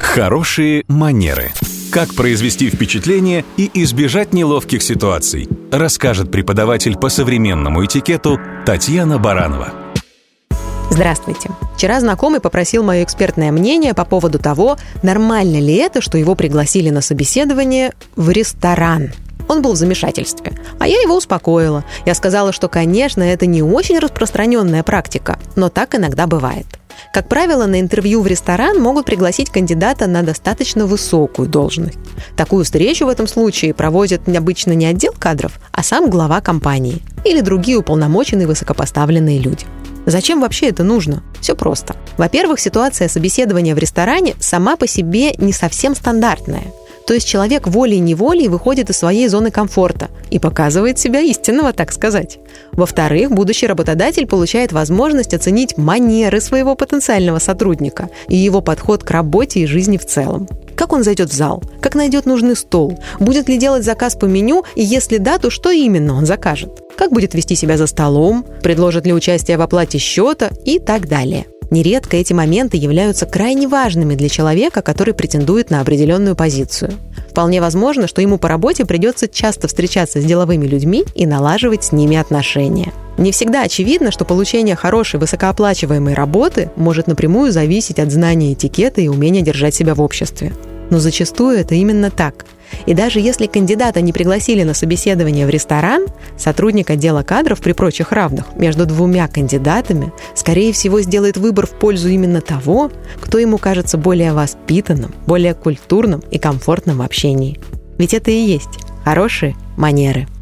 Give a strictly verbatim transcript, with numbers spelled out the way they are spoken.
Хорошие манеры. Как произвести впечатление и избежать неловких ситуаций, расскажет преподаватель по современному этикету Татьяна Баранова. Здравствуйте. Вчера знакомый попросил мое экспертное мнение по поводу того, нормально ли это, что его пригласили на собеседование в ресторан. Он был в замешательстве, а я его успокоила. Я сказала, что, конечно, это не очень распространенная практика, но так иногда бывает. Как правило, на интервью в ресторан могут пригласить кандидата на достаточно высокую должность. Такую встречу в этом случае проводит обычно не отдел кадров, а сам глава компании или другие уполномоченные высокопоставленные люди. Зачем вообще это нужно? Все просто. Во-первых, ситуация собеседования в ресторане сама по себе не совсем стандартная. То есть человек волей-неволей выходит из своей зоны комфорта и показывает себя истинного, так сказать. Во-вторых, будущий работодатель получает возможность оценить манеры своего потенциального сотрудника и его подход к работе и жизни в целом. Как он зайдет в зал? Как найдет нужный стол? Будет ли делать заказ по меню? И если да, то что именно он закажет? Как будет вести себя за столом? Предложит ли участие в оплате счета? И так далее. Нередко эти моменты являются крайне важными для человека, который претендует на определенную позицию. Вполне возможно, что ему по работе придется часто встречаться с деловыми людьми и налаживать с ними отношения. Не всегда очевидно, что получение хорошей высокооплачиваемой работы может напрямую зависеть от знания этикета и умения держать себя в обществе. Но зачастую это именно так. И даже если кандидата не пригласили на собеседование в ресторан, сотрудник отдела кадров при прочих равных между двумя кандидатами, скорее всего, сделает выбор в пользу именно того, кто ему кажется более воспитанным, более культурным и комфортным в общении. Ведь это и есть хорошие манеры.